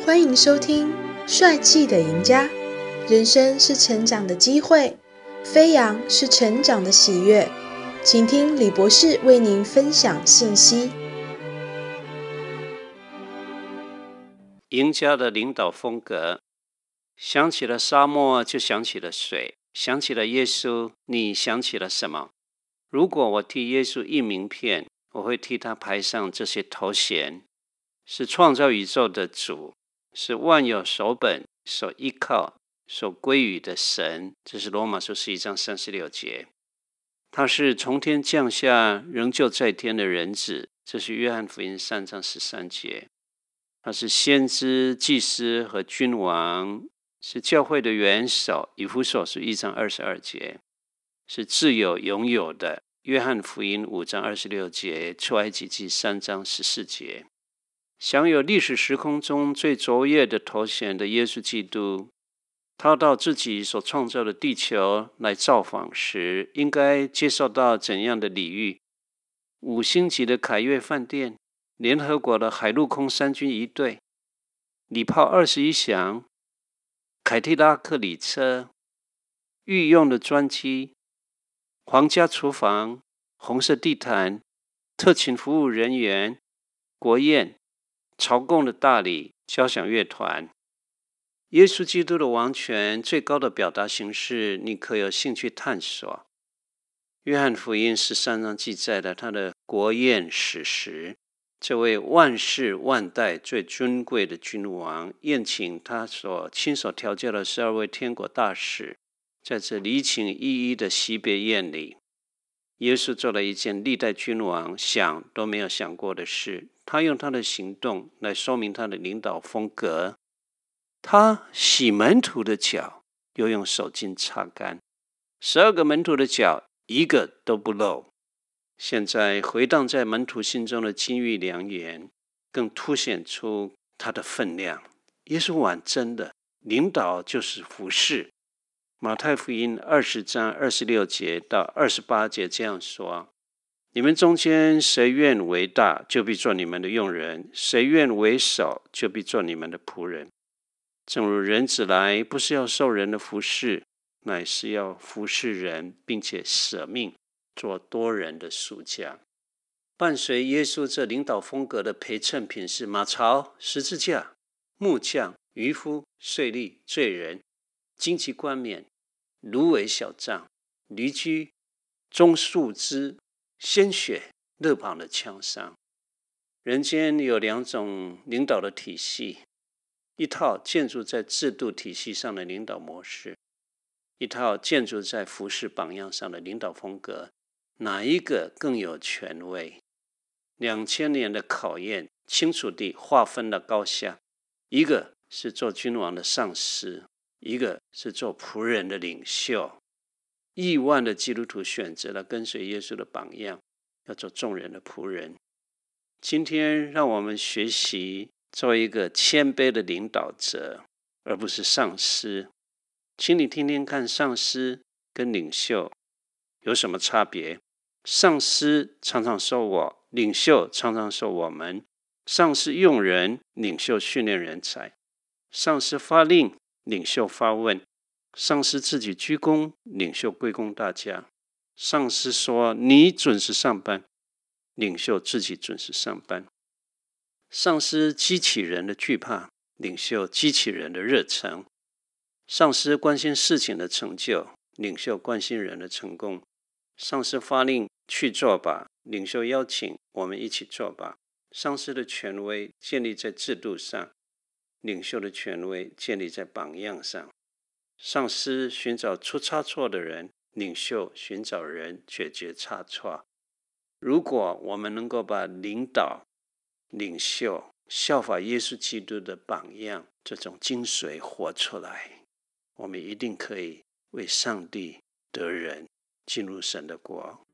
欢迎收听《帅气的赢家》。人生是成长的机会，飞扬是成长的喜悦。请听李博士为您分享信息。 赢家的领导风格，想起了沙漠，就想起了水；想起了耶稣，你想起了什么？如果我替耶稣印名片，我会替他排上这些头衔：是创造宇宙的主，是万有所本、所依靠、所归于的神。这是罗马书11章36节。他是从天降下，仍旧在天的人子。这是约翰福音3章13节。他是先知、祭司和君王，是教会的元首。以弗所书1章22节。是自有永有的。约翰福音5章26节，出埃及记3章14节。享有历史时空中最卓越的头衔的耶稣基督，他到自己所创造的地球来造访时，应该接受到怎样的礼遇？5星级的凯悦饭店，联合国的海陆空3军一队，礼炮21响，凯迪拉克礼车，御用的专机，皇家厨房，红色地毯，特勤服务人员，国宴，朝贡的大礼，交响乐团。耶稣基督的王权最高的表达形式，你可有兴趣探索？约翰福音13章记载了他的国宴史实。这位万世万代最尊贵的君王，宴请他所亲手调教的12位天国大使，在这礼请一一的惜别宴里，耶稣做了一件历代君王想都没有想过的事。他用他的行动来说明他的领导风格。他洗门徒的脚，又用手巾擦干，12个门徒的脚一个都不漏。现在回荡在门徒心中的金玉良言，更凸显出他的分量。耶稣玩真的，领导就是服侍。马太福音20章26节到28节这样说：你们中间谁愿为大，就必做你们的用人；谁愿为首，就必做你们的仆人。正如人子来，不是要受人的服侍，乃是要服侍人，并且舍命做多人的赎价。伴随耶稣这领导风格的陪衬品是马槽、十字架、木匠、渔夫、税吏、罪人、荆棘冠冕、芦苇小杖、驴驹、棕树枝、鲜血、热旁的枪伤。人间有2种领导的体系，一套建筑在制度体系上的领导模式，一套建筑在服事榜样上的领导风格，哪一个更有权威？2000年的考验清楚地划分了高下，一个是做君王的上司，一个是做仆人的领袖。亿万的基督徒选择了跟随耶稣的榜样，要做众人的仆人。今天让我们学习做一个谦卑的领导者，而不是上司。请你听听看，上司跟领袖有什么差别？上司常常说我，领袖常常说我们。上司用人，领袖训练人才。上司发令，领袖发问。上司自己鞠躬，领袖归功大家。上司说你准时上班，领袖自己准时上班。上司激起人的惧怕，领袖激起人的热忱。上司关心事情的成就，领袖关心人的成功。上司发令去做吧，领袖邀请我们一起做吧。上司的权威建立在制度上，领袖的权威建立在榜样上。上司寻找出差错的人，领袖寻找人解决差错。如果我们能够把领导、领袖效法耶稣基督的榜样这种精髓活出来，我们一定可以为上帝得人，进入神的国。